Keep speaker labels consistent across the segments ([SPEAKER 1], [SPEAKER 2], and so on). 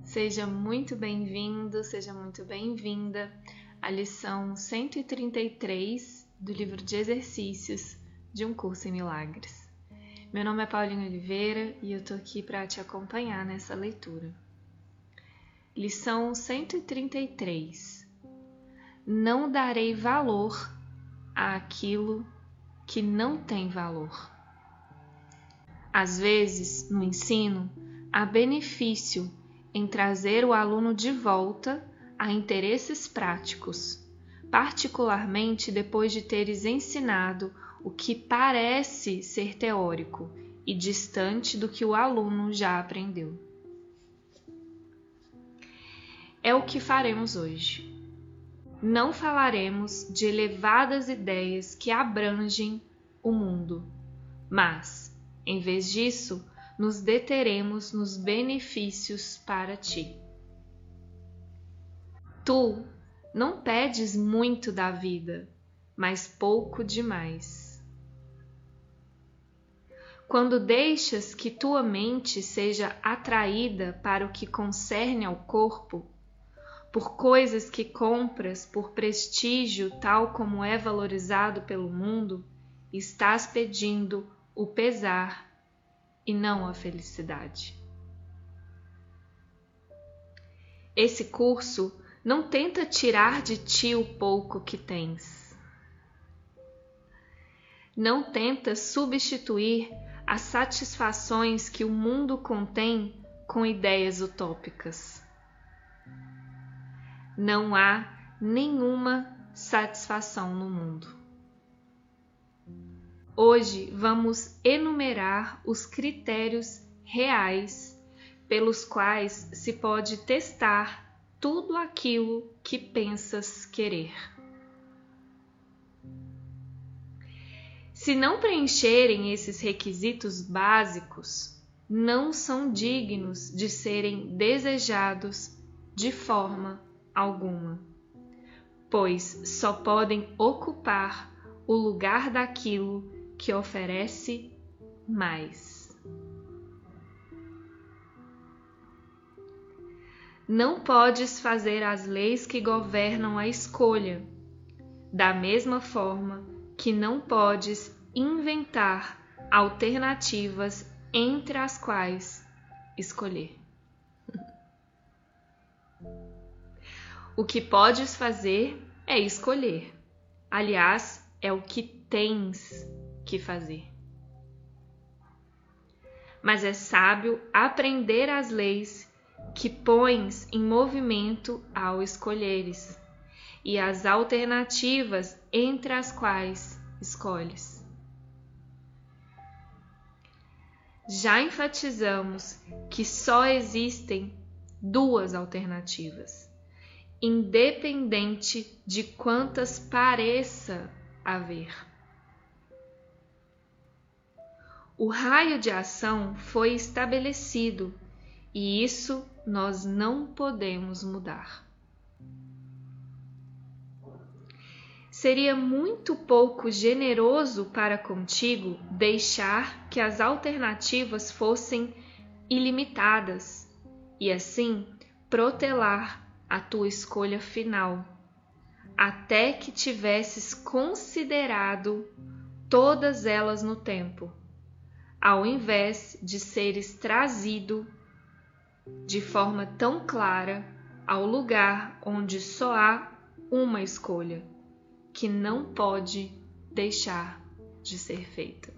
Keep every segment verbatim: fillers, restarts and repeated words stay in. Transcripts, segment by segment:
[SPEAKER 1] Seja muito bem-vindo, seja muito bem-vinda à lição cento e trinta e três do livro de exercícios de Um Curso em Milagres. Meu nome é Paulinha Oliveira e eu tô aqui para te acompanhar nessa leitura. Lição cento e trinta e três. Não darei valor àquilo que não tem valor. Às vezes, no ensino, há benefício em trazer o aluno de volta a interesses práticos, particularmente depois de teres ensinado o que parece ser teórico e distante do que o aluno já aprendeu. É o que faremos hoje. Não falaremos de elevadas ideias que abrangem o mundo, mas, em vez disso, nos deteremos nos benefícios para ti. Tu não pedes muito da vida, mas pouco demais. Quando deixas que tua mente seja atraída para o que concerne ao corpo, por coisas que compras por prestígio tal como é valorizado pelo mundo, estás pedindo o pesar e não a felicidade. Esse curso não tenta tirar de ti o pouco que tens. Não tenta substituir as satisfações que o mundo contém com ideias utópicas. Não há nenhuma satisfação no mundo. Hoje vamos enumerar os critérios reais pelos quais se pode testar tudo aquilo que pensas querer. Se não preencherem esses requisitos básicos, não são dignos de serem desejados de forma alguma, pois só podem ocupar o lugar daquilo que oferece mais. Não podes fazer as leis que governam a escolha, da mesma forma que não podes inventar alternativas entre as quais escolher. O que podes fazer é escolher. Aliás, é o que tens que fazer. Mas é sábio aprender as leis que pões em movimento ao escolheres e as alternativas entre as quais escolhes. Já enfatizamos que só existem duas alternativas, independente de quantas pareça haver. O raio de ação foi estabelecido e isso nós não podemos mudar. Seria muito pouco generoso para contigo deixar que as alternativas fossem ilimitadas e assim protelar a tua escolha final, até que tivesses considerado todas elas no tempo, ao invés de seres trazido de forma tão clara ao lugar onde só há uma escolha, que não pode deixar de ser feita.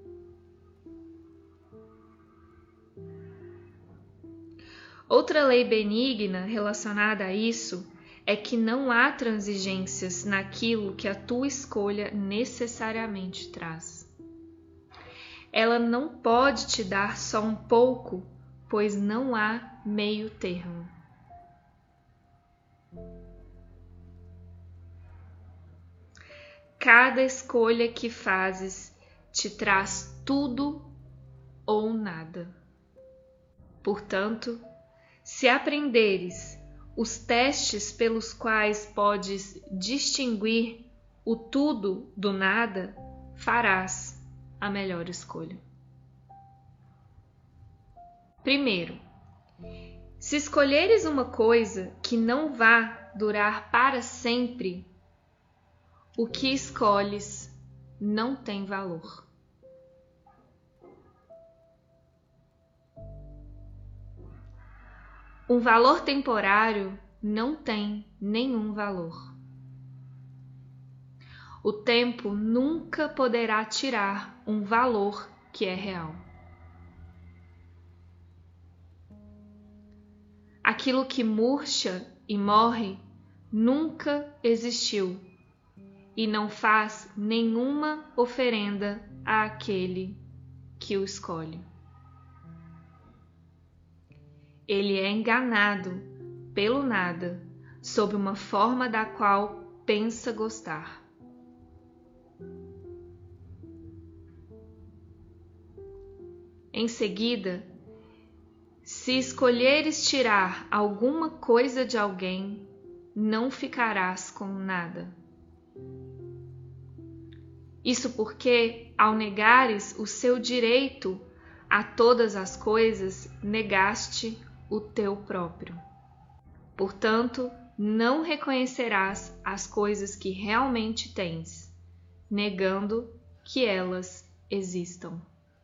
[SPEAKER 1] Outra lei benigna relacionada a isso é que não há transigências naquilo que a tua escolha necessariamente traz. Ela não pode te dar só um pouco, pois não há meio termo. Cada escolha que fazes te traz tudo ou nada. Portanto, se aprenderes os testes pelos quais podes distinguir o tudo do nada, farás a melhor escolha. Primeiro, Se escolheres uma coisa que não vá durar para sempre, o que escolhes não tem valor. Um valor temporário não tem nenhum valor. O tempo nunca poderá tirar um valor que é real. Aquilo que murcha e morre nunca existiu e não faz nenhuma oferenda àquele que o escolhe. Ele é enganado pelo nada, sob uma forma da qual pensa gostar. Em seguida, se escolheres tirar alguma coisa de alguém, não ficarás com nada. Isso porque, ao negares o seu direito a todas as coisas, negaste o teu próprio. Portanto, não reconhecerás as coisas que realmente tens, negando que elas existam.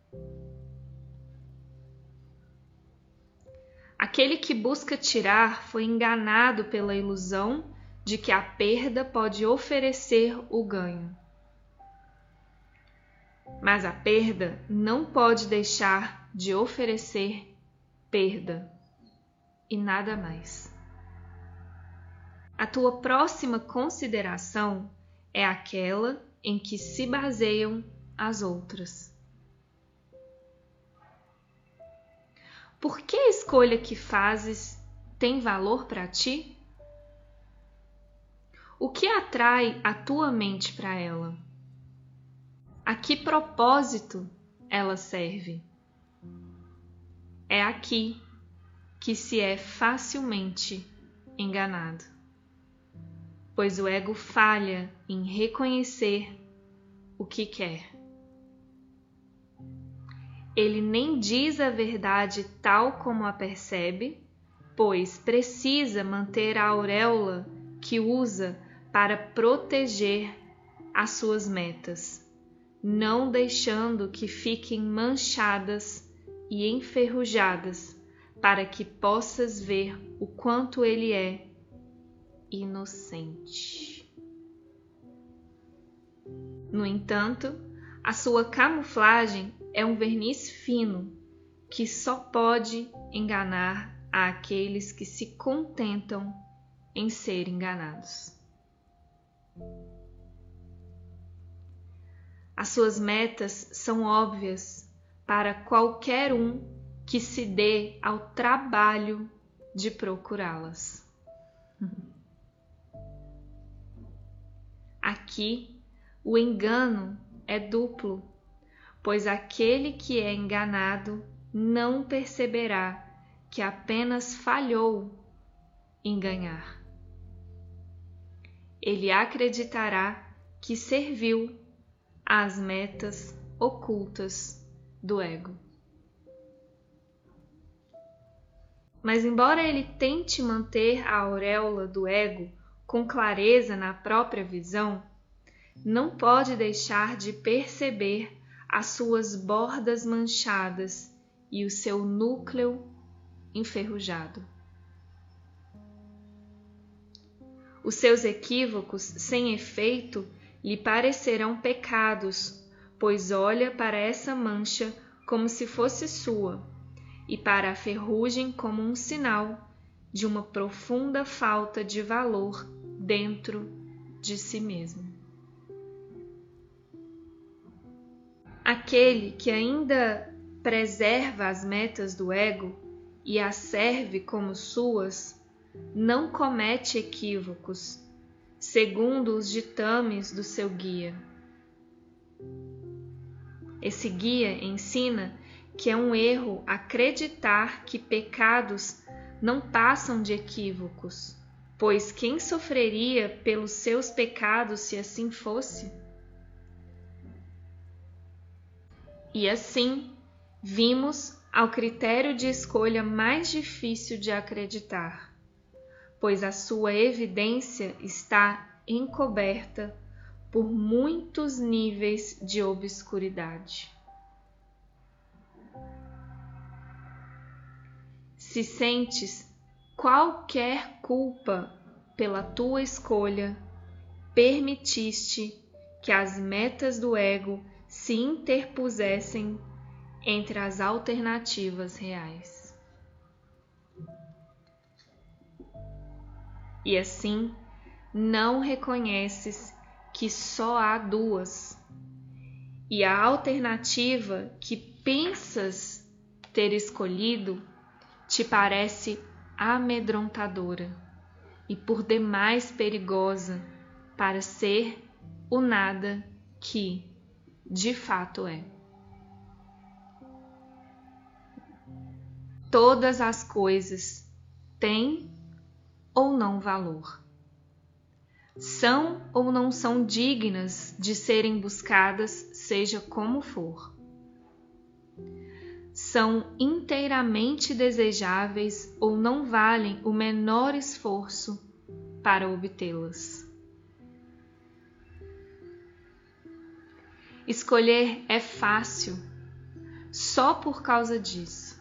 [SPEAKER 1] Aquele que busca tirar foi enganado pela ilusão de que a perda pode oferecer o ganho. Mas a perda não pode deixar de oferecer perda e nada mais. A tua próxima consideração é aquela em que se baseiam as outras. Por que a escolha que fazes tem valor para ti? O que atrai a tua mente para ela? A que propósito ela serve? É aqui que se é facilmente enganado, pois o ego falha em reconhecer o que quer. Ele nem diz a verdade tal como a percebe, pois precisa manter a auréola que usa para proteger as suas metas, não deixando que fiquem manchadas e enferrujadas, para que possas ver o quanto ele é inocente. No entanto, a sua camuflagem é um verniz fino que só pode enganar aqueles que se contentam em ser enganados. As suas metas são óbvias para qualquer um que se dê ao trabalho de procurá-las. Aqui, o engano é duplo, pois aquele que é enganado não perceberá que apenas falhou em ganhar. Ele acreditará que serviu às metas ocultas do ego. Mas embora ele tente manter a auréola do ego com clareza na própria visão, não pode deixar de perceber as suas bordas manchadas e o seu núcleo enferrujado. Os seus equívocos sem efeito lhe parecerão pecados, pois olha para essa mancha como se fosse sua, e para a ferrugem como um sinal de uma profunda falta de valor dentro de si mesmo. Aquele que ainda preserva as metas do ego e as serve como suas, não comete equívocos, segundo os ditames do seu guia. Esse guia ensina que é um erro acreditar que pecados não passam de equívocos, pois quem sofreria pelos seus pecados se assim fosse? E assim, vimos ao critério de escolha mais difícil de acreditar, pois a sua evidência está encoberta por muitos níveis de obscuridade. Se sentes qualquer culpa pela tua escolha, permitiste que as metas do ego se interpusessem entre as alternativas reais. E assim, não reconheces que só há duas, e a alternativa que pensas ter escolhido te parece amedrontadora e por demais perigosa para ser o nada que, de fato, é. Todas as coisas têm ou não valor. São ou não são dignas de serem buscadas, seja como for. São inteiramente desejáveis ou não valem o menor esforço para obtê-las. Escolher é fácil só por causa disso.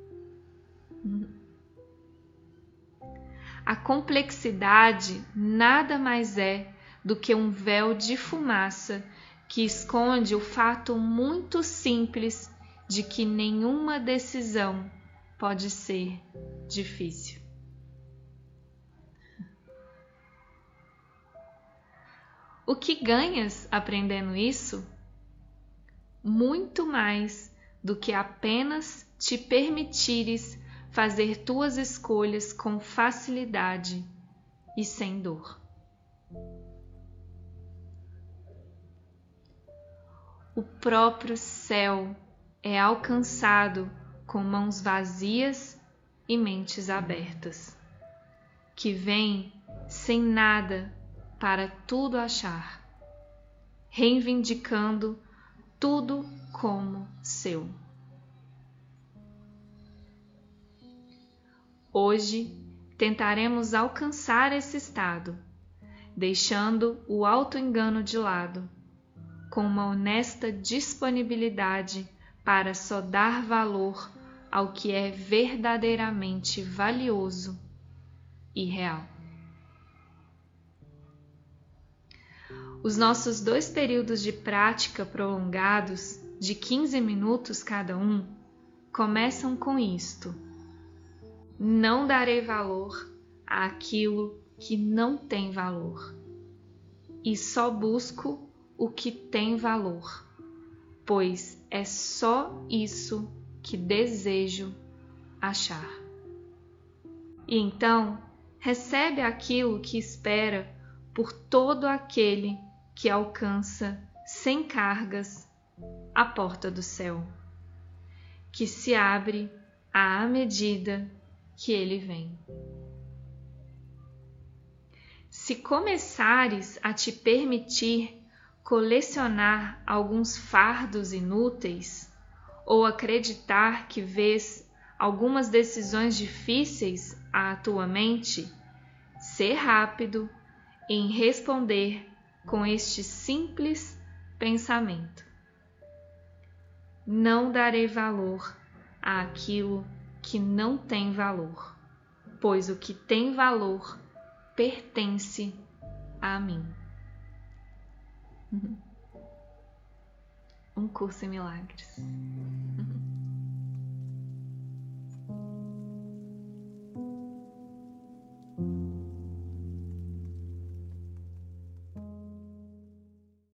[SPEAKER 1] A complexidade nada mais é do que um véu de fumaça que esconde o fato muito simples de que nenhuma decisão pode ser difícil. O que ganhas aprendendo isso? Muito mais do que apenas te permitires fazer tuas escolhas com facilidade e sem dor. O próprio céu é alcançado com mãos vazias e mentes abertas, que vêm sem nada para tudo achar, reivindicando tudo como seu. Hoje tentaremos alcançar esse estado, deixando o auto-engano de lado, com uma honesta disponibilidade para só dar valor ao que é verdadeiramente valioso e real. Os nossos dois períodos de prática prolongados, de quinze minutos cada um, começam com isto: não darei valor àquilo que não tem valor, e só busco o que tem valor, pois é só isso que desejo achar. E então recebe aquilo que espera por todo aquele que alcança sem cargas a porta do céu, que se abre à medida que ele vem. Se começares a te permitir colecionar alguns fardos inúteis, ou acreditar que vês algumas decisões difíceis à tua mente, sê rápido em responder com este simples pensamento: não darei valor àquilo que não tem valor, pois o que tem valor pertence a mim. Um Curso em Milagres.